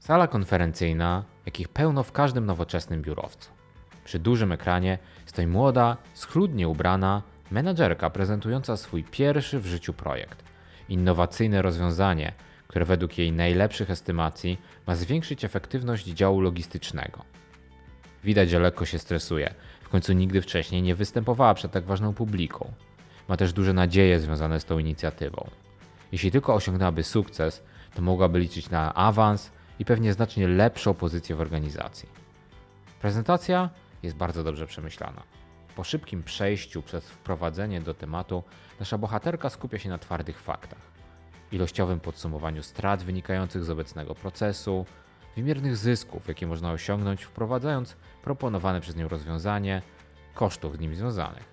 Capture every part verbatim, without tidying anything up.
Sala konferencyjna, jakich pełno w każdym nowoczesnym biurowcu. Przy dużym ekranie stoi młoda, schludnie ubrana menadżerka prezentująca swój pierwszy w życiu projekt. Innowacyjne rozwiązanie, które według jej najlepszych estymacji ma zwiększyć efektywność działu logistycznego. Widać, że lekko się stresuje. W końcu nigdy wcześniej nie występowała przed tak ważną publiką. Ma też duże nadzieje związane z tą inicjatywą. Jeśli tylko osiągnęłaby sukces, to mogłaby liczyć na awans i pewnie znacznie lepszą pozycję w organizacji. Prezentacja jest bardzo dobrze przemyślana. Po szybkim przejściu przez wprowadzenie do tematu nasza bohaterka skupia się na twardych faktach. Ilościowym podsumowaniu strat wynikających z obecnego procesu, wymiernych zysków, jakie można osiągnąć wprowadzając proponowane przez nią rozwiązanie, kosztów z nim związanych.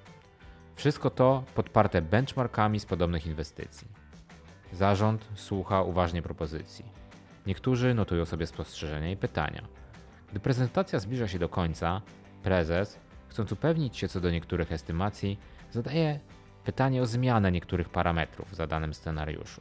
Wszystko to podparte benchmarkami z podobnych inwestycji. Zarząd słucha uważnie propozycji. Niektórzy notują sobie spostrzeżenia i pytania. Gdy prezentacja zbliża się do końca, prezes, chcąc upewnić się co do niektórych estymacji, zadaje pytanie o zmianę niektórych parametrów w zadanym scenariuszu.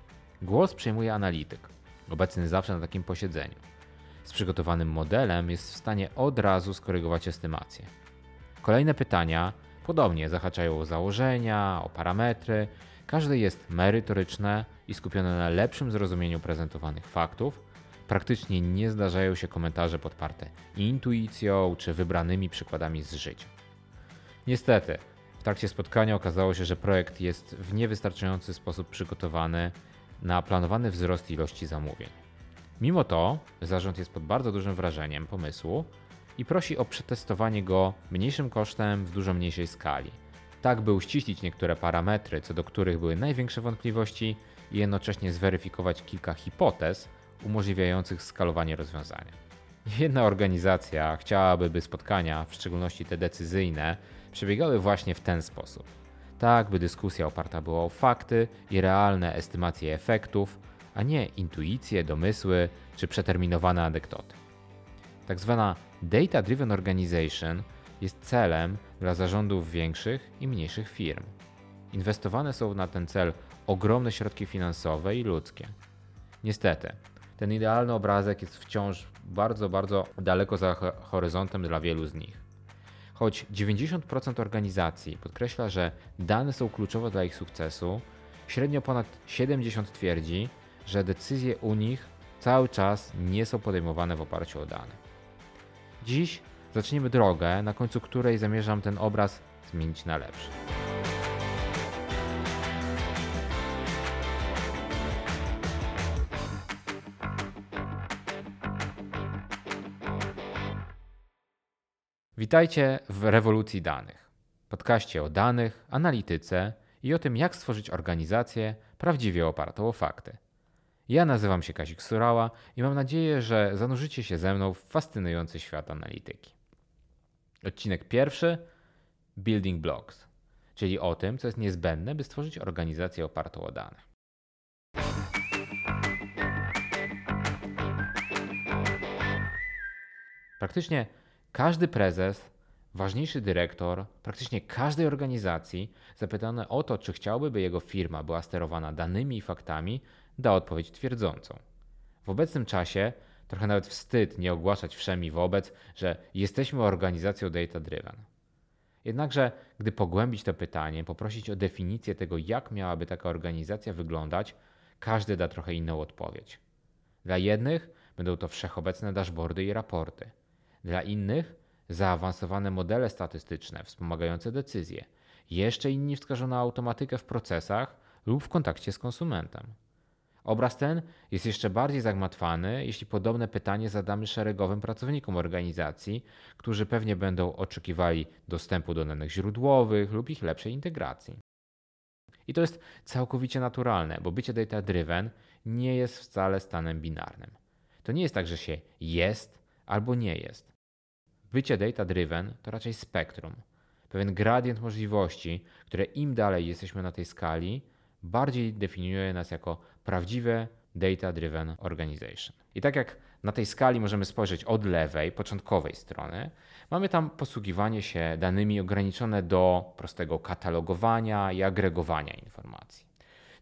Głos przejmuje analityk, obecny zawsze na takim posiedzeniu. Z przygotowanym modelem jest w stanie od razu skorygować estymację. Kolejne pytania podobnie zahaczają o założenia, o parametry. Każde jest merytoryczne i skupione na lepszym zrozumieniu prezentowanych faktów. Praktycznie nie zdarzają się komentarze podparte intuicją czy wybranymi przykładami z życia. Niestety, w trakcie spotkania okazało się, że projekt jest w niewystarczający sposób przygotowany na planowany wzrost ilości zamówień. Mimo to zarząd jest pod bardzo dużym wrażeniem pomysłu i prosi o przetestowanie go mniejszym kosztem w dużo mniejszej skali, tak by uściślić niektóre parametry, co do których były największe wątpliwości i jednocześnie zweryfikować kilka hipotez umożliwiających skalowanie rozwiązania. Jedna organizacja chciałaby, by spotkania, w szczególności te decyzyjne, przebiegały właśnie w ten sposób. Tak, by dyskusja oparta była o fakty i realne estymacje efektów, a nie intuicje, domysły czy przeterminowane anegdoty. Tak zwana Data-Driven Organization jest celem dla zarządów większych i mniejszych firm. Inwestowane są na ten cel ogromne środki finansowe i ludzkie. Niestety, ten idealny obrazek jest wciąż bardzo, bardzo daleko za horyzontem dla wielu z nich. Choć dziewięćdziesiąt procent organizacji podkreśla, że dane są kluczowe dla ich sukcesu, średnio ponad siedemdziesiąt procent twierdzi, że decyzje u nich cały czas nie są podejmowane w oparciu o dane. Dziś zaczniemy drogę, na końcu której zamierzam ten obraz zmienić na lepszy. Witajcie w rewolucji danych. Podcaście o danych, analityce i o tym, jak stworzyć organizację prawdziwie opartą o fakty. Ja nazywam się Kazik Surała i mam nadzieję, że zanurzycie się ze mną w fascynujący świat analityki. Odcinek pierwszy – Building Blocks, czyli o tym, co jest niezbędne, by stworzyć organizację opartą o dane. Praktycznie każdy prezes, ważniejszy dyrektor, praktycznie każdej organizacji zapytany o to, czy chciałby, by jego firma była sterowana danymi i faktami, da odpowiedź twierdzącą. W obecnym czasie trochę nawet wstyd nie ogłaszać wszemi wobec, że jesteśmy organizacją data-driven. Jednakże, gdy pogłębić to pytanie, poprosić o definicję tego, jak miałaby taka organizacja wyglądać, każdy da trochę inną odpowiedź. Dla jednych będą to wszechobecne dashboardy i raporty. Dla innych zaawansowane modele statystyczne wspomagające decyzje. Jeszcze inni wskażą na automatykę w procesach lub w kontakcie z konsumentem. Obraz ten jest jeszcze bardziej zagmatwany, jeśli podobne pytanie zadamy szeregowym pracownikom organizacji, którzy pewnie będą oczekiwali dostępu do danych źródłowych lub ich lepszej integracji. I to jest całkowicie naturalne, bo bycie data-driven nie jest wcale stanem binarnym. To nie jest tak, że się jest albo nie jest. Bycie data-driven to raczej spektrum, pewien gradient możliwości, które im dalej jesteśmy na tej skali, bardziej definiuje nas jako prawdziwe data-driven organization. I tak jak na tej skali możemy spojrzeć od lewej, początkowej strony, mamy tam posługiwanie się danymi ograniczone do prostego katalogowania i agregowania informacji.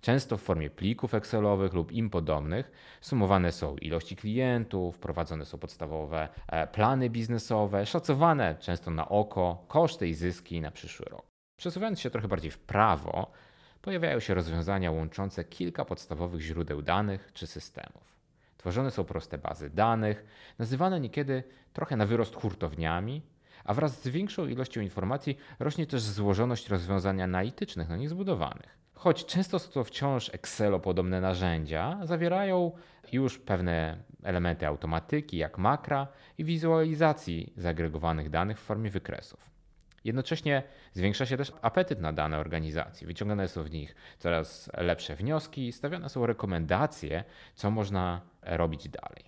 Często w formie plików Excelowych lub im podobnych sumowane są ilości klientów, prowadzone są podstawowe plany biznesowe, szacowane często na oko koszty i zyski na przyszły rok. Przesuwając się trochę bardziej w prawo, pojawiają się rozwiązania łączące kilka podstawowych źródeł danych czy systemów. Tworzone są proste bazy danych, nazywane niekiedy trochę na wyrost hurtowniami, a wraz z większą ilością informacji rośnie też złożoność rozwiązań analitycznych na nich zbudowanych. Choć często są to wciąż Excelo-podobne narzędzia, zawierają już pewne elementy automatyki, jak makra i wizualizacji zagregowanych danych w formie wykresów. Jednocześnie zwiększa się też apetyt na dane organizacji. Wyciągane są w nich coraz lepsze wnioski, stawiane są rekomendacje, co można robić dalej.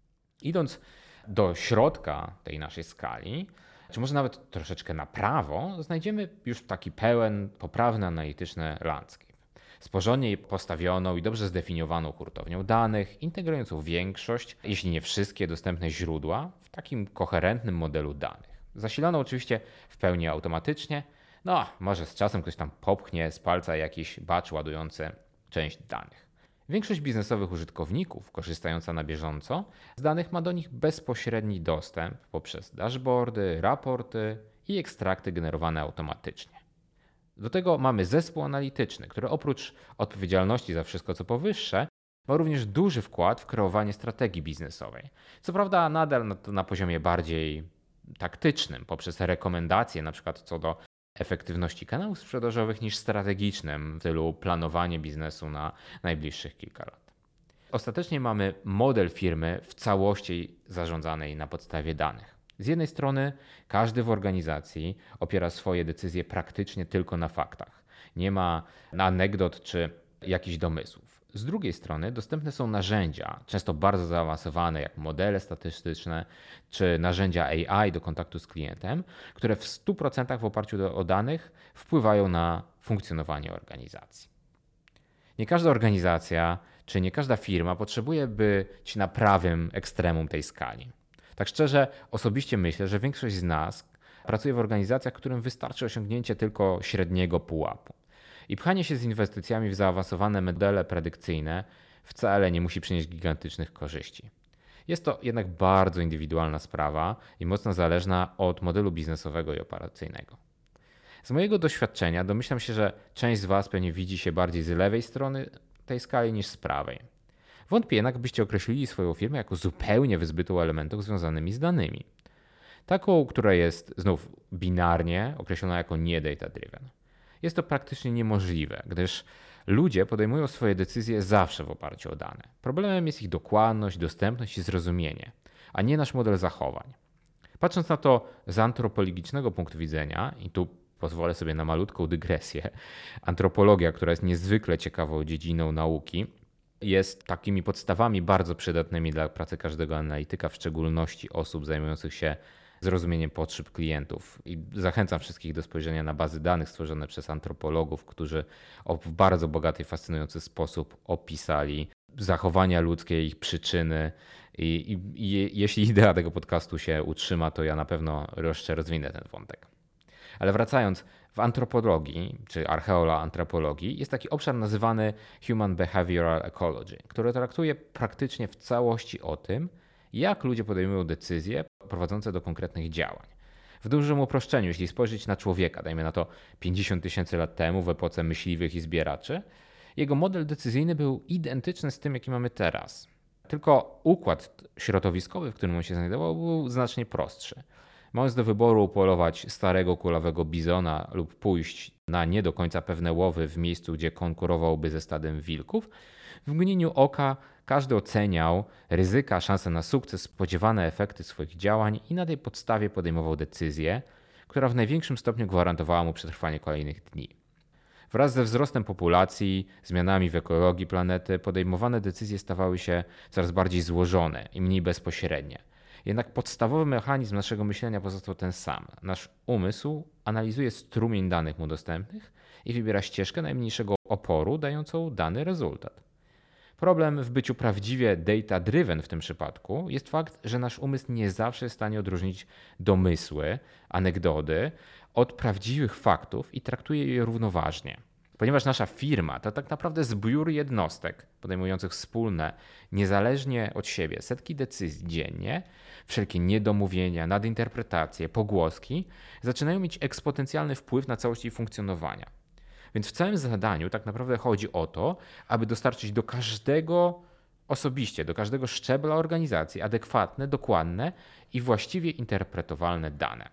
Idąc do środka tej naszej skali, czy może nawet troszeczkę na prawo, znajdziemy już taki pełen, poprawny analityczny landscape. Z porządnie postawioną i dobrze zdefiniowaną hurtownią danych, integrującą większość, jeśli nie wszystkie dostępne źródła w takim koherentnym modelu danych. Zasilaną oczywiście w pełni automatycznie, no może z czasem ktoś tam popchnie z palca jakiś batch ładujący część danych. Większość biznesowych użytkowników korzystająca na bieżąco z danych ma do nich bezpośredni dostęp poprzez dashboardy, raporty i ekstrakty generowane automatycznie. Do tego mamy zespół analityczny, który oprócz odpowiedzialności za wszystko co powyższe ma również duży wkład w kreowanie strategii biznesowej. Co prawda nadal na, na poziomie bardziej taktycznym, poprzez rekomendacje np. co do efektywności kanałów sprzedażowych niż strategicznym w stylu planowanie biznesu na najbliższych kilka lat. Ostatecznie mamy model firmy w całości zarządzanej na podstawie danych. Z jednej strony każdy w organizacji opiera swoje decyzje praktycznie tylko na faktach. Nie ma anegdot czy jakichś domysłów. Z drugiej strony dostępne są narzędzia, często bardzo zaawansowane, jak modele statystyczne czy narzędzia A I do kontaktu z klientem, które w stu procentach w oparciu o danych wpływają na funkcjonowanie organizacji. Nie każda organizacja czy nie każda firma potrzebuje być na prawym ekstremum tej skali. Tak szczerze, osobiście myślę, że większość z nas pracuje w organizacjach, którym wystarczy osiągnięcie tylko średniego pułapu. I pchanie się z inwestycjami w zaawansowane modele predykcyjne wcale nie musi przynieść gigantycznych korzyści. Jest to jednak bardzo indywidualna sprawa i mocno zależna od modelu biznesowego i operacyjnego. Z mojego doświadczenia domyślam się, że część z Was pewnie widzi się bardziej z lewej strony tej skali niż z prawej. Wątpię jednak, byście określili swoją firmę jako zupełnie wyzbytą elementów związanymi z danymi. Taką, która jest znów binarnie określona jako nie data driven. Jest to praktycznie niemożliwe, gdyż ludzie podejmują swoje decyzje zawsze w oparciu o dane. Problemem jest ich dokładność, dostępność i zrozumienie, a nie nasz model zachowań. Patrząc na to z antropologicznego punktu widzenia, i tu pozwolę sobie na malutką dygresję, antropologia, która jest niezwykle ciekawą dziedziną nauki, jest takimi podstawami bardzo przydatnymi dla pracy każdego analityka, w szczególności osób zajmujących się zrozumieniem potrzeb klientów. I zachęcam wszystkich do spojrzenia na bazy danych stworzone przez antropologów, którzy w bardzo bogaty i fascynujący sposób opisali zachowania ludzkie, ich przyczyny. I, i, i jeśli idea tego podcastu się utrzyma, to ja na pewno jeszcze rozwinę ten wątek. Ale wracając, w antropologii, czy archeoantropologii jest taki obszar nazywany Human Behavioral Ecology, który traktuje praktycznie w całości o tym, jak ludzie podejmują decyzje prowadzące do konkretnych działań. W dużym uproszczeniu, jeśli spojrzeć na człowieka, dajmy na to pięćdziesiąt tysięcy lat temu, w epoce myśliwych i zbieraczy, jego model decyzyjny był identyczny z tym, jaki mamy teraz. Tylko układ środowiskowy, w którym on się znajdował, był znacznie prostszy. Mając do wyboru polować starego kulawego bizona lub pójść na nie do końca pewne łowy w miejscu, gdzie konkurowałby ze stadem wilków, w mgnieniu oka każdy oceniał ryzyka, szanse na sukces, spodziewane efekty swoich działań i na tej podstawie podejmował decyzję, która w największym stopniu gwarantowała mu przetrwanie kolejnych dni. Wraz ze wzrostem populacji, zmianami w ekologii planety, podejmowane decyzje stawały się coraz bardziej złożone i mniej bezpośrednie. Jednak podstawowy mechanizm naszego myślenia pozostał ten sam. Nasz umysł analizuje strumień danych mu dostępnych i wybiera ścieżkę najmniejszego oporu, dającą dany rezultat. Problem w byciu prawdziwie data-driven w tym przypadku jest fakt, że nasz umysł nie zawsze jest w stanie odróżnić domysły, anegdoty od prawdziwych faktów i traktuje je równoważnie. Ponieważ nasza firma to tak naprawdę zbiór jednostek podejmujących wspólne, niezależnie od siebie setki decyzji dziennie, wszelkie niedomówienia, nadinterpretacje, pogłoski zaczynają mieć eksponencjalny wpływ na całość jej funkcjonowania. Więc w całym zadaniu tak naprawdę chodzi o to, aby dostarczyć do każdego osobiście, do każdego szczebla organizacji adekwatne, dokładne i właściwie interpretowalne dane.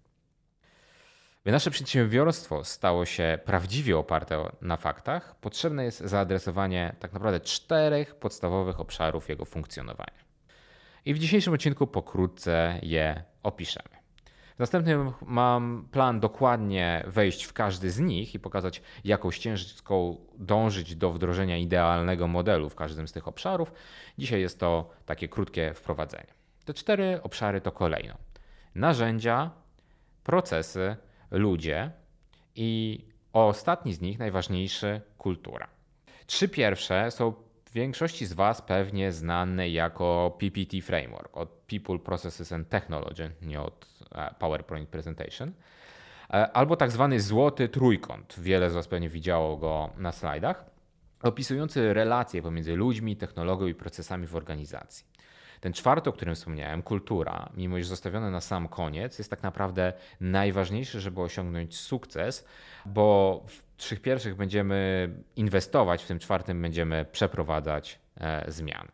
By nasze przedsiębiorstwo stało się prawdziwie oparte na faktach, potrzebne jest zaadresowanie tak naprawdę czterech podstawowych obszarów jego funkcjonowania. I w dzisiejszym odcinku pokrótce je opiszemy. W następnym mam plan dokładnie wejść w każdy z nich i pokazać, jaką ścieżką dążyć do wdrożenia idealnego modelu w każdym z tych obszarów. Dzisiaj jest to takie krótkie wprowadzenie. Te cztery obszary to kolejno: narzędzia, procesy, ludzie i ostatni z nich, najważniejszy, kultura. Trzy pierwsze są w większości z Was pewnie znane jako P P T Framework, od People, Processes and Technology, nie od PowerPoint Presentation, albo tak zwany złoty trójkąt, wiele z Was pewnie widziało go na slajdach, opisujący relacje pomiędzy ludźmi, technologią i procesami w organizacji. Ten czwarty, o którym wspomniałem, kultura, mimo iż zostawiony na sam koniec, jest tak naprawdę najważniejszy, żeby osiągnąć sukces, bo w trzech pierwszych będziemy inwestować, w tym czwartym będziemy przeprowadzać e, zmiany.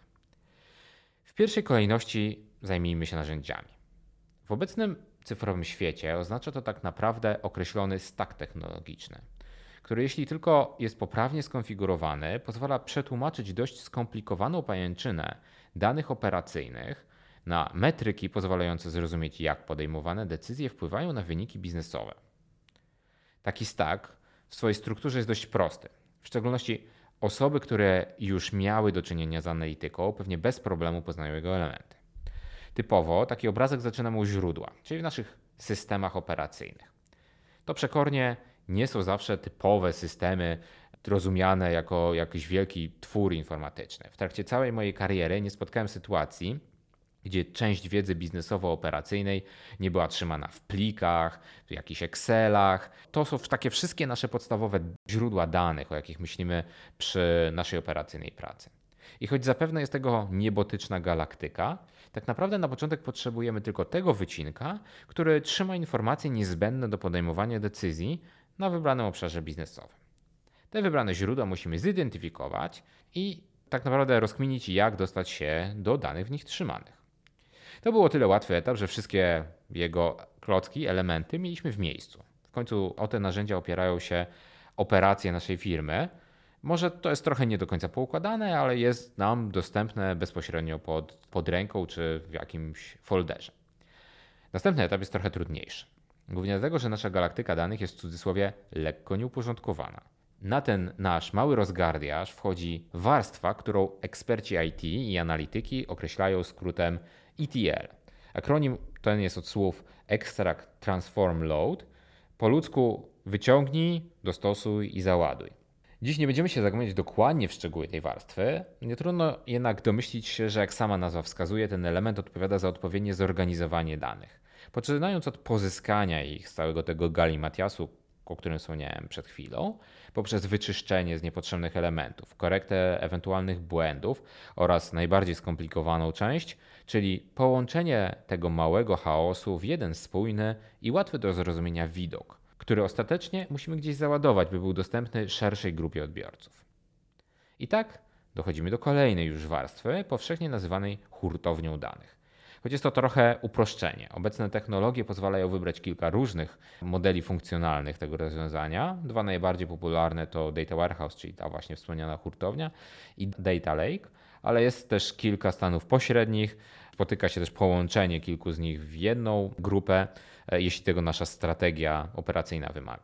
W pierwszej kolejności zajmijmy się narzędziami. W obecnym cyfrowym świecie oznacza to tak naprawdę określony stack technologiczny, który jeśli tylko jest poprawnie skonfigurowany, pozwala przetłumaczyć dość skomplikowaną pajęczynę danych operacyjnych na metryki pozwalające zrozumieć, jak podejmowane decyzje wpływają na wyniki biznesowe. Taki stack w swojej strukturze jest dość prosty. W szczególności osoby, które już miały do czynienia z analityką, pewnie bez problemu poznają jego elementy. Typowo taki obrazek zaczynamy u źródła, czyli w naszych systemach operacyjnych. To przekornie nie są zawsze typowe systemy rozumiane jako jakiś wielki twór informatyczny. W trakcie całej mojej kariery nie spotkałem sytuacji, gdzie część wiedzy biznesowo-operacyjnej nie była trzymana w plikach, w jakichś Excelach. To są takie wszystkie nasze podstawowe źródła danych, o jakich myślimy przy naszej operacyjnej pracy. I choć zapewne jest tego niebotyczna galaktyka, tak naprawdę na początek potrzebujemy tylko tego wycinka, który trzyma informacje niezbędne do podejmowania decyzji na wybranym obszarze biznesowym. Te wybrane źródła musimy zidentyfikować i tak naprawdę rozkminić, jak dostać się do danych w nich trzymanych. To było tyle łatwy etap, że wszystkie jego klocki, elementy mieliśmy w miejscu. W końcu o te narzędzia opierają się operacje naszej firmy. Może to jest trochę nie do końca poukładane, ale jest nam dostępne bezpośrednio pod, pod ręką czy w jakimś folderze. Następny etap jest trochę trudniejszy. Głównie dlatego, że nasza galaktyka danych jest w cudzysłowie lekko nieuporządkowana. Na ten nasz mały rozgardiaż wchodzi warstwa, którą eksperci I T i analityki określają skrótem E T L. Akronim ten jest od słów Extract, Transform, Load. Po ludzku wyciągnij, dostosuj i załaduj. Dziś nie będziemy się zagłębiać dokładnie w szczegóły tej warstwy. Nie trudno jednak domyślić się, że jak sama nazwa wskazuje, ten element odpowiada za odpowiednie zorganizowanie danych. Poczynając od pozyskania ich z całego tego galimatiasu, o którym wspomniałem przed chwilą, poprzez wyczyszczenie z niepotrzebnych elementów, korektę ewentualnych błędów oraz najbardziej skomplikowaną część, czyli połączenie tego małego chaosu w jeden spójny i łatwy do zrozumienia widok, który ostatecznie musimy gdzieś załadować, by był dostępny szerszej grupie odbiorców. I tak dochodzimy do kolejnej już warstwy, powszechnie nazywanej hurtownią danych. Choć jest to trochę uproszczenie. Obecne technologie pozwalają wybrać kilka różnych modeli funkcjonalnych tego rozwiązania. Dwa najbardziej popularne to Data Warehouse, czyli ta właśnie wspomniana hurtownia, i Data Lake, ale jest też kilka stanów pośrednich. Spotyka się też połączenie kilku z nich w jedną grupę, jeśli tego nasza strategia operacyjna wymaga.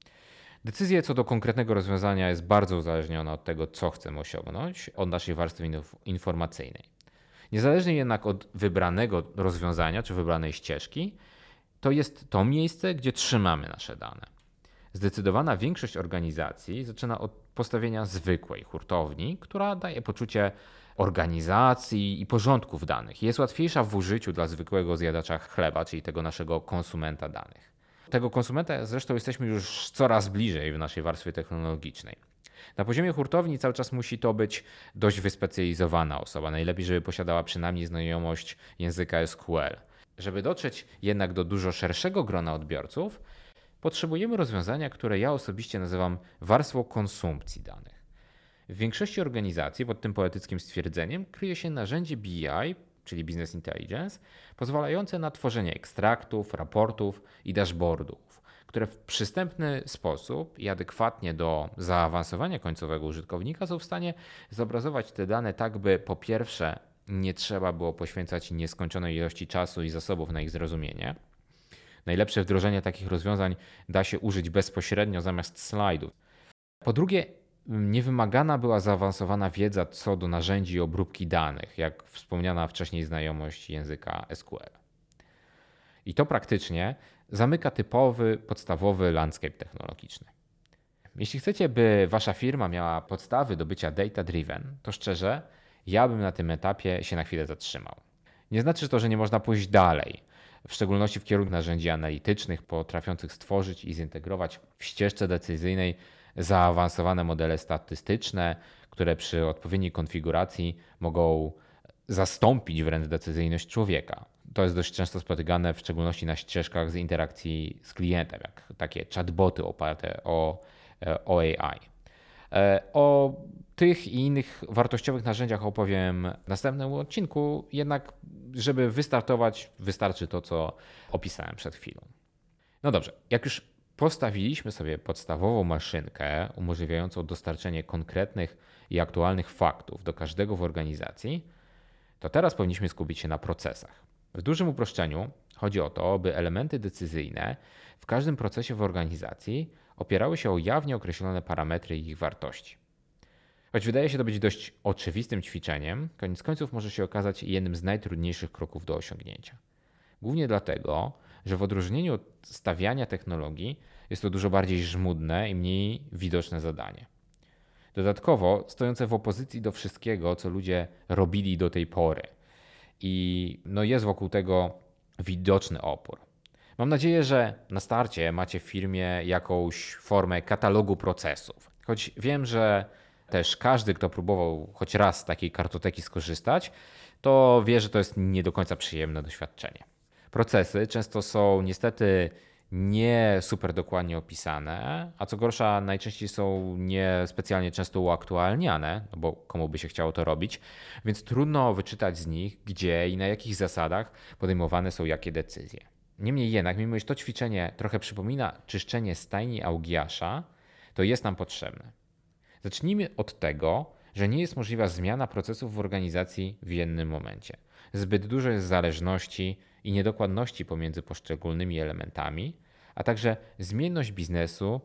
Decyzja co do konkretnego rozwiązania jest bardzo uzależniona od tego, co chcemy osiągnąć, od naszej warstwy informacyjnej. Niezależnie jednak od wybranego rozwiązania czy wybranej ścieżki, to jest to miejsce, gdzie trzymamy nasze dane. Zdecydowana większość organizacji zaczyna od postawienia zwykłej hurtowni, która daje poczucie organizacji i porządku w danych. Jest łatwiejsza w użyciu dla zwykłego zjadacza chleba, czyli tego naszego konsumenta danych. Tego konsumenta zresztą jesteśmy już coraz bliżej w naszej warstwie technologicznej. Na poziomie hurtowni cały czas musi to być dość wyspecjalizowana osoba. Najlepiej, żeby posiadała przynajmniej znajomość języka S Q L. Żeby dotrzeć jednak do dużo szerszego grona odbiorców, potrzebujemy rozwiązania, które ja osobiście nazywam warstwą konsumpcji danych. W większości organizacji pod tym poetyckim stwierdzeniem kryje się narzędzie B I, czyli Business Intelligence, pozwalające na tworzenie ekstraktów, raportów i dashboardów, które w przystępny sposób i adekwatnie do zaawansowania końcowego użytkownika są w stanie zobrazować te dane tak, by po pierwsze nie trzeba było poświęcać nieskończonej ilości czasu i zasobów na ich zrozumienie. Najlepsze wdrożenie takich rozwiązań da się użyć bezpośrednio zamiast slajdów. Po drugie, niewymagana była zaawansowana wiedza co do narzędzi obróbki danych, jak wspomniana wcześniej znajomość języka S Q L. I to praktycznie zamyka typowy, podstawowy landscape technologiczny. Jeśli chcecie, by wasza firma miała podstawy do bycia data-driven, to szczerze, ja bym na tym etapie się na chwilę zatrzymał. Nie znaczy to, że nie można pójść dalej, w szczególności w kierunku narzędzi analitycznych potrafiących stworzyć i zintegrować w ścieżce decyzyjnej zaawansowane modele statystyczne, które przy odpowiedniej konfiguracji mogą zastąpić wręcz decyzyjność człowieka. To jest dość często spotykane w szczególności na ścieżkach z interakcji z klientem, jak takie chatboty oparte o, o A I. O tych i innych wartościowych narzędziach opowiem w następnym odcinku, jednak żeby wystartować, wystarczy to, co opisałem przed chwilą. No dobrze, jak już postawiliśmy sobie podstawową maszynkę umożliwiającą dostarczenie konkretnych i aktualnych faktów do każdego w organizacji, to teraz powinniśmy skupić się na procesach. W dużym uproszczeniu chodzi o to, by elementy decyzyjne w każdym procesie w organizacji opierały się o jawnie określone parametry i ich wartości. Choć wydaje się to być dość oczywistym ćwiczeniem, koniec końców może się okazać jednym z najtrudniejszych kroków do osiągnięcia. Głównie dlatego, że w odróżnieniu od stawiania technologii jest to dużo bardziej żmudne i mniej widoczne zadanie. Dodatkowo stojące w opozycji do wszystkiego, co ludzie robili do tej pory. I no jest wokół tego widoczny opór. Mam nadzieję, że na starcie macie w firmie jakąś formę katalogu procesów. Choć wiem, że też każdy, kto próbował choć raz z takiej kartoteki skorzystać, to wie, że to jest nie do końca przyjemne doświadczenie. Procesy często są niestety nie super dokładnie opisane, a co gorsza najczęściej są niespecjalnie często uaktualniane, no bo komu by się chciało to robić, więc trudno wyczytać z nich, gdzie i na jakich zasadach podejmowane są jakie decyzje. Niemniej jednak, mimo iż to ćwiczenie trochę przypomina czyszczenie stajni Augiasza, to jest nam potrzebne. Zacznijmy od tego, że nie jest możliwa zmiana procesów w organizacji w jednym momencie. Zbyt dużo jest zależności i niedokładności pomiędzy poszczególnymi elementami, a także zmienność biznesu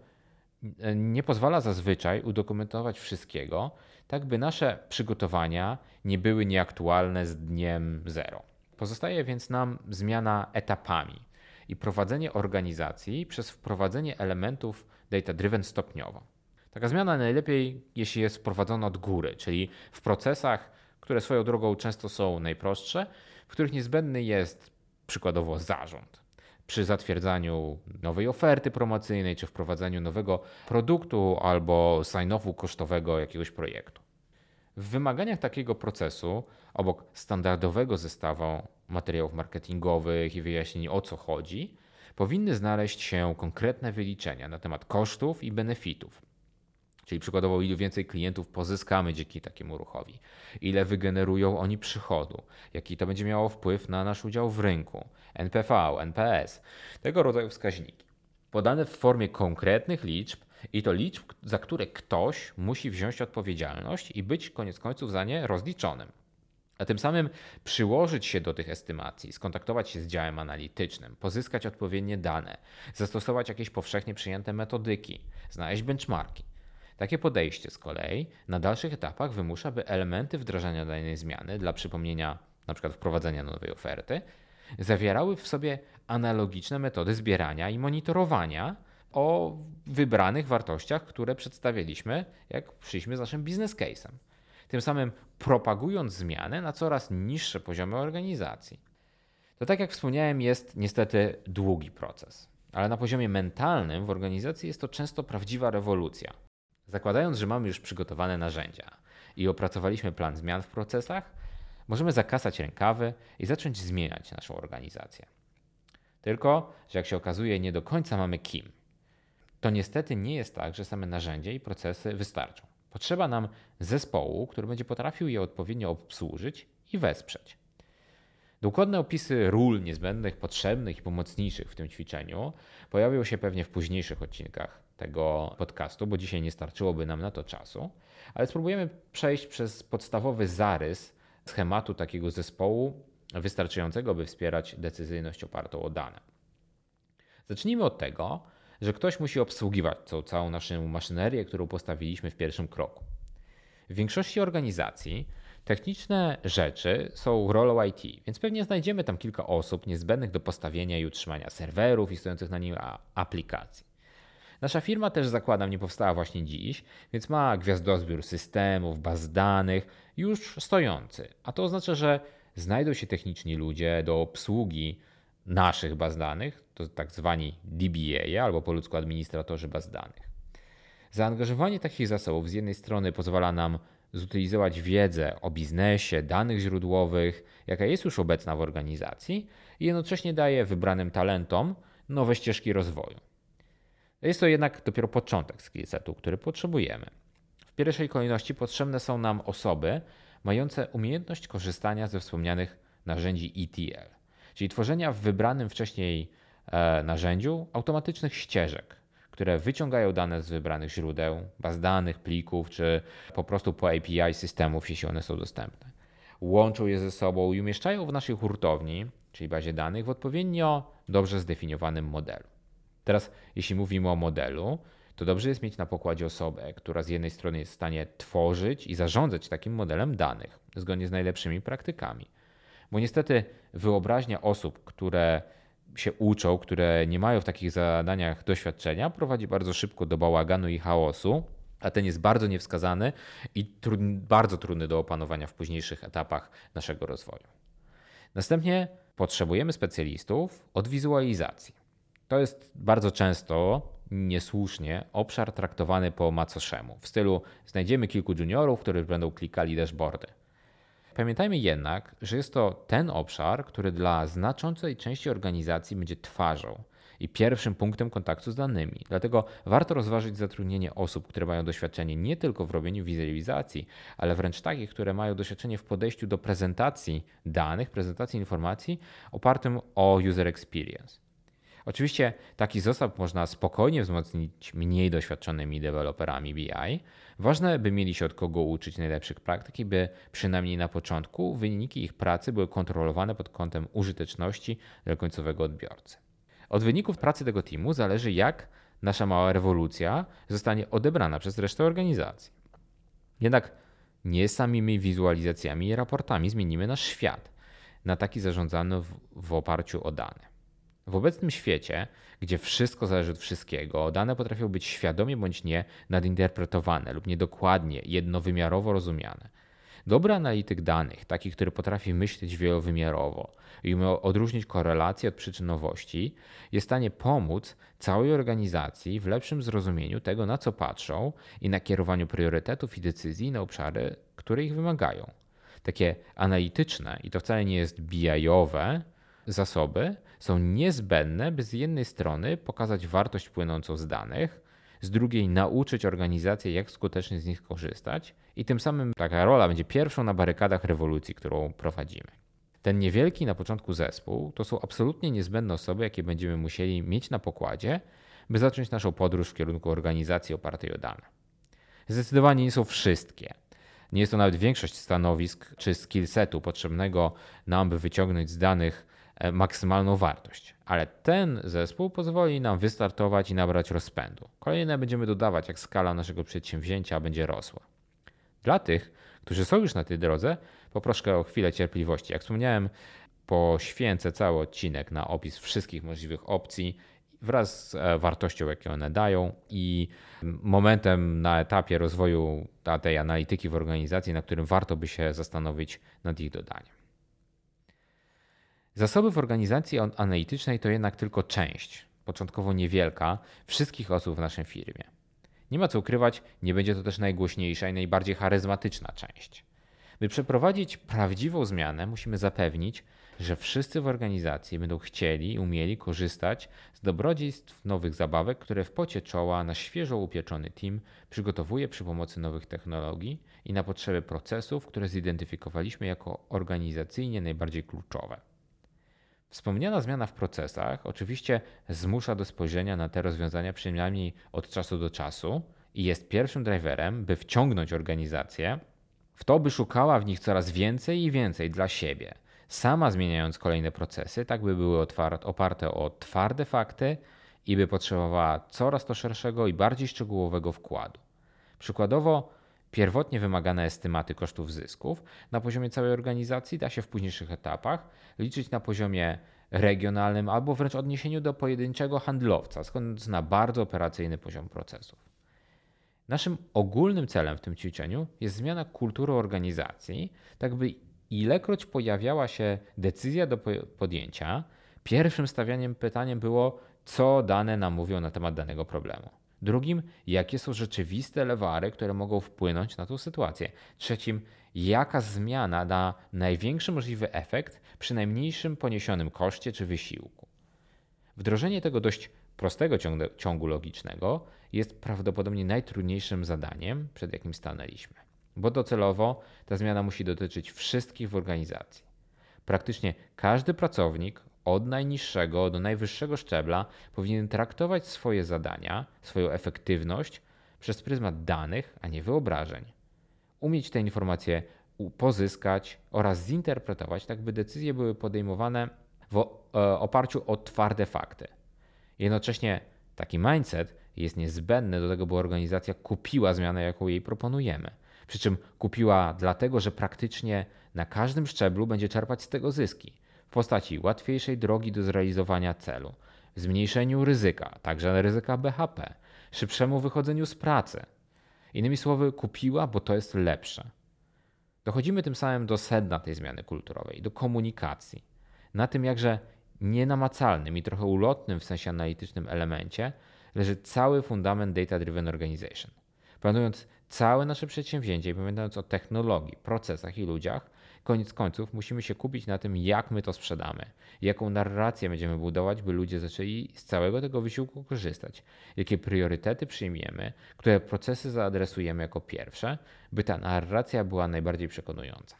nie pozwala zazwyczaj udokumentować wszystkiego, tak by nasze przygotowania nie były nieaktualne z dniem zero. Pozostaje więc nam zmiana etapami i prowadzenie organizacji przez wprowadzenie elementów data-driven stopniowo. Taka zmiana najlepiej, jeśli jest wprowadzona od góry, czyli w procesach, które swoją drogą często są najprostsze, w których niezbędny jest przykładowo zarząd. Przy zatwierdzaniu nowej oferty promocyjnej, czy wprowadzaniu nowego produktu albo sign-offu kosztowego jakiegoś projektu. W wymaganiach takiego procesu, obok standardowego zestawu materiałów marketingowych i wyjaśnień o co chodzi, powinny znaleźć się konkretne wyliczenia na temat kosztów i benefitów. Czyli przykładowo ilu więcej klientów pozyskamy dzięki takiemu ruchowi, ile wygenerują oni przychodu, jaki to będzie miało wpływ na nasz udział w rynku, N P V, N P S, tego rodzaju wskaźniki. Podane w formie konkretnych liczb i to liczb, za które ktoś musi wziąć odpowiedzialność i być koniec końców za nie rozliczonym. A tym samym przyłożyć się do tych estymacji, skontaktować się z działem analitycznym, pozyskać odpowiednie dane, zastosować jakieś powszechnie przyjęte metodyki, znaleźć benchmarki. Takie podejście z kolei na dalszych etapach wymusza, by elementy wdrażania danej zmiany, dla przypomnienia np. wprowadzenia nowej oferty, zawierały w sobie analogiczne metody zbierania i monitorowania o wybranych wartościach, które przedstawiliśmy, jak szliśmy z naszym business case'em. Tym samym propagując zmianę na coraz niższe poziomy organizacji. To tak jak wspomniałem, jest niestety długi proces. Ale na poziomie mentalnym w organizacji jest to często prawdziwa rewolucja. Zakładając, że mamy już przygotowane narzędzia i opracowaliśmy plan zmian w procesach, możemy zakasać rękawy i zacząć zmieniać naszą organizację. Tylko, że jak się okazuje, nie do końca mamy kim. To niestety nie jest tak, że same narzędzia i procesy wystarczą. Potrzeba nam zespołu, który będzie potrafił je odpowiednio obsłużyć i wesprzeć. Dokładne opisy ról niezbędnych, potrzebnych i pomocniczych w tym ćwiczeniu pojawią się pewnie w późniejszych odcinkach tego podcastu, bo dzisiaj nie starczyłoby nam na to czasu, ale spróbujemy przejść przez podstawowy zarys schematu takiego zespołu wystarczającego, by wspierać decyzyjność opartą o dane. Zacznijmy od tego, że ktoś musi obsługiwać tą całą naszą maszynerię, którą postawiliśmy w pierwszym kroku. W większości organizacji techniczne rzeczy są rolą I T, więc pewnie znajdziemy tam kilka osób niezbędnych do postawienia i utrzymania serwerów i stojących na nim aplikacji. Nasza firma też, zakładam, nie powstała właśnie dziś, więc ma gwiazdozbiór systemów, baz danych już stojący, a to oznacza, że znajdą się techniczni ludzie do obsługi naszych baz danych, to tak zwani D B A albo po ludzku administratorzy baz danych. Zaangażowanie takich zasobów z jednej strony pozwala nam zutylizować wiedzę o biznesie, danych źródłowych, jaka jest już obecna w organizacji i jednocześnie daje wybranym talentom nowe ścieżki rozwoju. Jest to jednak dopiero początek skillsetu, który potrzebujemy. W pierwszej kolejności potrzebne są nam osoby mające umiejętność korzystania ze wspomnianych narzędzi E T L, czyli tworzenia w wybranym wcześniej e, narzędziu automatycznych ścieżek, które wyciągają dane z wybranych źródeł, baz danych, plików, czy po prostu po A P I systemów, jeśli one są dostępne. Łączą je ze sobą i umieszczają w naszej hurtowni, czyli bazie danych, w odpowiednio dobrze zdefiniowanym modelu. Teraz, jeśli mówimy o modelu, to dobrze jest mieć na pokładzie osobę, która z jednej strony jest w stanie tworzyć i zarządzać takim modelem danych, zgodnie z najlepszymi praktykami. Bo niestety wyobraźnia osób, które się uczą, które nie mają w takich zadaniach doświadczenia, prowadzi bardzo szybko do bałaganu i chaosu, a ten jest bardzo niewskazany i trudny, bardzo trudny do opanowania w późniejszych etapach naszego rozwoju. Następnie potrzebujemy specjalistów od wizualizacji. To jest bardzo często, niesłusznie, obszar traktowany po macoszemu. W stylu znajdziemy kilku juniorów, którzy będą klikali dashboardy. Pamiętajmy jednak, że jest to ten obszar, który dla znaczącej części organizacji będzie twarzą i pierwszym punktem kontaktu z danymi. Dlatego warto rozważyć zatrudnienie osób, które mają doświadczenie nie tylko w robieniu wizualizacji, ale wręcz takich, które mają doświadczenie w podejściu do prezentacji danych, prezentacji informacji opartym o user experience. Oczywiście taki zestaw można spokojnie wzmocnić mniej doświadczonymi deweloperami B I. Ważne, by mieli się od kogo uczyć najlepszych praktyk i by przynajmniej na początku wyniki ich pracy były kontrolowane pod kątem użyteczności dla końcowego odbiorcy. Od wyników pracy tego teamu zależy, jak nasza mała rewolucja zostanie odebrana przez resztę organizacji. Jednak nie samymi wizualizacjami i raportami zmienimy nasz świat na taki zarządzany w, w oparciu o dane. W obecnym świecie, gdzie wszystko zależy od wszystkiego, dane potrafią być świadomie bądź nie nadinterpretowane lub niedokładnie, jednowymiarowo rozumiane. Dobry analityk danych, taki, który potrafi myśleć wielowymiarowo i umie odróżnić korelacje od przyczynowości, jest w stanie pomóc całej organizacji w lepszym zrozumieniu tego, na co patrzą i na kierowaniu priorytetów i decyzji na obszary, które ich wymagają. Takie analityczne, i to wcale nie jest B I-owe, zasoby są niezbędne, by z jednej strony pokazać wartość płynącą z danych, z drugiej nauczyć organizację, jak skutecznie z nich korzystać i tym samym taka rola będzie pierwszą na barykadach rewolucji, którą prowadzimy. Ten niewielki na początku zespół to są absolutnie niezbędne osoby, jakie będziemy musieli mieć na pokładzie, by zacząć naszą podróż w kierunku organizacji opartej o dane. Zdecydowanie nie są wszystkie. Nie jest to nawet większość stanowisk czy skillsetu potrzebnego nam, by wyciągnąć z danych maksymalną wartość, ale ten zespół pozwoli nam wystartować i nabrać rozpędu. Kolejne będziemy dodawać, jak skala naszego przedsięwzięcia będzie rosła. Dla tych, którzy są już na tej drodze, poproszę o chwilę cierpliwości. Jak wspomniałem, poświęcę cały odcinek na opis wszystkich możliwych opcji wraz z wartością, jakie one dają i momentem na etapie rozwoju tej analityki w organizacji, na którym warto by się zastanowić nad ich dodaniem. Zasoby w organizacji analitycznej to jednak tylko część początkowo niewielka, wszystkich osób w naszej firmie. Nie ma co ukrywać, nie będzie to też najgłośniejsza i najbardziej charyzmatyczna część. By przeprowadzić prawdziwą zmianę, musimy zapewnić, że wszyscy w organizacji będą chcieli i umieli korzystać z dobrodziejstw nowych zabawek, które w pocie czoła na świeżo upieczony team przygotowuje przy pomocy nowych technologii i na potrzeby procesów, które zidentyfikowaliśmy jako organizacyjnie najbardziej kluczowe. Wspomniana zmiana w procesach oczywiście zmusza do spojrzenia na te rozwiązania przynajmniej od czasu do czasu i jest pierwszym driverem, by wciągnąć organizację w to, by szukała w nich coraz więcej i więcej dla siebie, sama zmieniając kolejne procesy, tak by były oparte o twarde fakty i by potrzebowała coraz to szerszego i bardziej szczegółowego wkładu. Przykładowo, pierwotnie wymagane estymaty kosztów zysków na poziomie całej organizacji da się w późniejszych etapach liczyć na poziomie regionalnym albo wręcz odniesieniu do pojedynczego handlowca, schodząc na bardzo operacyjny poziom procesów. Naszym ogólnym celem w tym ćwiczeniu jest zmiana kultury organizacji, tak by ilekroć pojawiała się decyzja do podjęcia, pierwszym stawianiem pytaniem było, co dane nam mówią na temat danego problemu. Drugim, jakie są rzeczywiste lewary, które mogą wpłynąć na tę sytuację. Trzecim, jaka zmiana da największy możliwy efekt przy najmniejszym poniesionym koszcie czy wysiłku. Wdrożenie tego dość prostego ciągu logicznego jest prawdopodobnie najtrudniejszym zadaniem, przed jakim stanęliśmy, bo docelowo ta zmiana musi dotyczyć wszystkich w organizacji. Praktycznie każdy pracownik, od najniższego do najwyższego szczebla, powinien traktować swoje zadania, swoją efektywność przez pryzmat danych, a nie wyobrażeń. Umieć te informacje pozyskać oraz zinterpretować, tak by decyzje były podejmowane w oparciu o twarde fakty. Jednocześnie taki mindset jest niezbędny do tego, by organizacja kupiła zmianę, jaką jej proponujemy. Przy czym kupiła dlatego, że praktycznie na każdym szczeblu będzie czerpać z tego zyski w postaci łatwiejszej drogi do zrealizowania celu, zmniejszeniu ryzyka, także ryzyka B H P, szybszemu wychodzeniu z pracy. Innymi słowy, kupiła, bo to jest lepsze. Dochodzimy tym samym do sedna tej zmiany kulturowej, do komunikacji. Na tym jakże nienamacalnym i trochę ulotnym w sensie analitycznym elemencie leży cały fundament Data Driven Organization. Planując całe nasze przedsięwzięcie i pamiętając o technologii, procesach i ludziach, koniec końców musimy się kupić na tym, jak my to sprzedamy, jaką narrację będziemy budować, by ludzie zaczęli z całego tego wysiłku korzystać, jakie priorytety przyjmiemy, które procesy zaadresujemy jako pierwsze, by ta narracja była najbardziej przekonująca.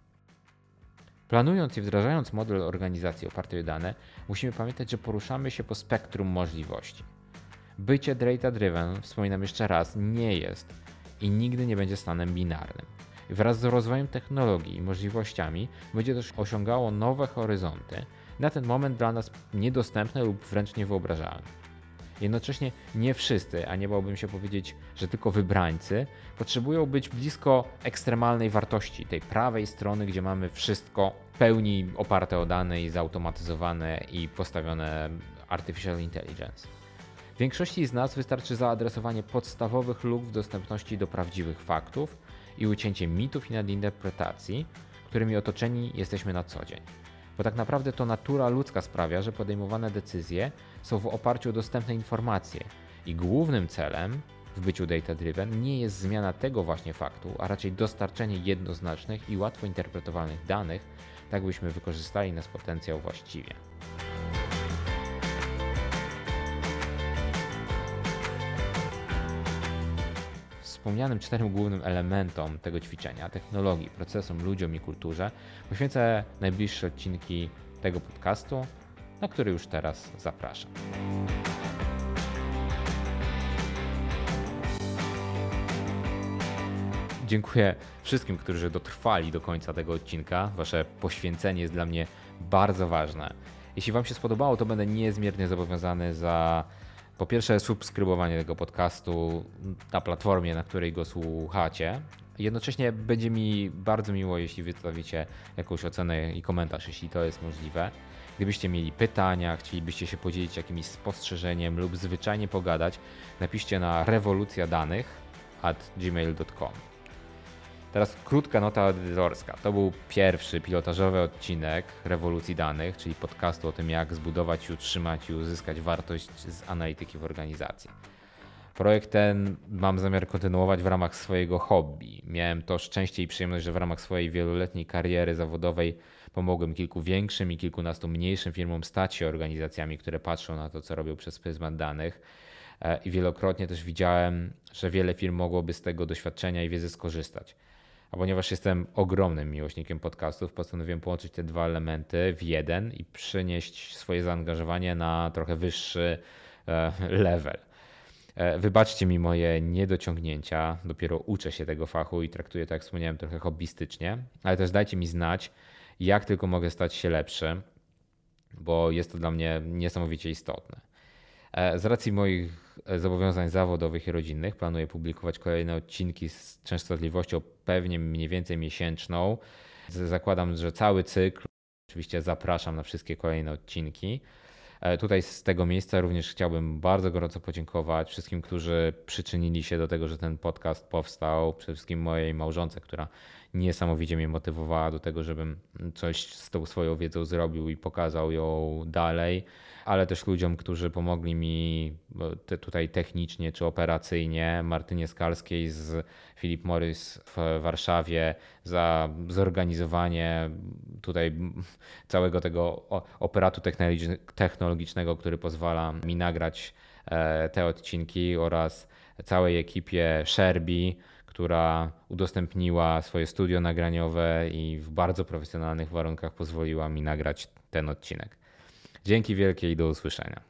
Planując i wdrażając model organizacji opartej o dane, musimy pamiętać, że poruszamy się po spektrum możliwości. Bycie data-driven, wspominam jeszcze raz, nie jest i nigdy nie będzie stanem binarnym. Wraz z rozwojem technologii i możliwościami będzie też osiągało nowe horyzonty, na ten moment dla nas niedostępne lub wręcz niewyobrażalne. Jednocześnie nie wszyscy, a nie bałbym się powiedzieć, że tylko wybrańcy, potrzebują być blisko ekstremalnej wartości, tej prawej strony, gdzie mamy wszystko w pełni oparte o dane i zautomatyzowane i postawione artificial intelligence. Większości z nas wystarczy zaadresowanie podstawowych luk w dostępności do prawdziwych faktów i ucięcie mitów i nadinterpretacji, którymi otoczeni jesteśmy na co dzień. Bo tak naprawdę to natura ludzka sprawia, że podejmowane decyzje są w oparciu o dostępne informacje i głównym celem w byciu data-driven nie jest zmiana tego właśnie faktu, a raczej dostarczenie jednoznacznych i łatwo interpretowalnych danych, tak byśmy wykorzystali nasz potencjał właściwie. Wspomnianym czterem głównym elementom tego ćwiczenia, technologii, procesom, ludziom i kulturze, poświęcę najbliższe odcinki tego podcastu, na który już teraz zapraszam. Dziękuję wszystkim, którzy dotrwali do końca tego odcinka. Wasze poświęcenie jest dla mnie bardzo ważne. Jeśli Wam się spodobało, to będę niezmiernie zobowiązany za po pierwsze subskrybowanie tego podcastu na platformie, na której go słuchacie. Jednocześnie będzie mi bardzo miło, jeśli wystawicie jakąś ocenę i komentarz, jeśli to jest możliwe. Gdybyście mieli pytania, chcielibyście się podzielić jakimś spostrzeżeniem lub zwyczajnie pogadać, napiszcie na rewolucja danych at gmail kropka com. Teraz krótka nota edytorska. To był pierwszy pilotażowy odcinek Rewolucji Danych, czyli podcastu o tym, jak zbudować i utrzymać i uzyskać wartość z analityki w organizacji. Projekt ten mam zamiar kontynuować w ramach swojego hobby. Miałem to szczęście i przyjemność, że w ramach swojej wieloletniej kariery zawodowej pomogłem kilku większym i kilkunastu mniejszym firmom stać się organizacjami, które patrzą na to, co robią przez pryzmat danych. I wielokrotnie też widziałem, że wiele firm mogłoby z tego doświadczenia i wiedzy skorzystać. A ponieważ jestem ogromnym miłośnikiem podcastów, postanowiłem połączyć te dwa elementy w jeden i przynieść swoje zaangażowanie na trochę wyższy level. Wybaczcie mi moje niedociągnięcia, dopiero uczę się tego fachu i traktuję, tak jak wspomniałem, trochę hobbystycznie, ale też dajcie mi znać, jak tylko mogę stać się lepszy, bo jest to dla mnie niesamowicie istotne. Z racji moich zobowiązań zawodowych i rodzinnych planuję publikować kolejne odcinki z częstotliwością pewnie mniej więcej miesięczną. Zakładam, że cały cykl. Oczywiście zapraszam na wszystkie kolejne odcinki. Tutaj z tego miejsca również chciałbym bardzo gorąco podziękować wszystkim, którzy przyczynili się do tego, że ten podcast powstał. Przede wszystkim mojej małżonce, która niesamowicie mnie motywowała do tego, żebym coś z tą swoją wiedzą zrobił i pokazał ją dalej, ale też ludziom, którzy pomogli mi tutaj technicznie czy operacyjnie. Martynie Skalskiej z Philip Morris w Warszawie za zorganizowanie tutaj całego tego operatu technologicznego, który pozwala mi nagrać te odcinki, oraz całej ekipie Sherby, która udostępniła swoje studio nagraniowe i w bardzo profesjonalnych warunkach pozwoliła mi nagrać ten odcinek. Dzięki wielkie i do usłyszenia.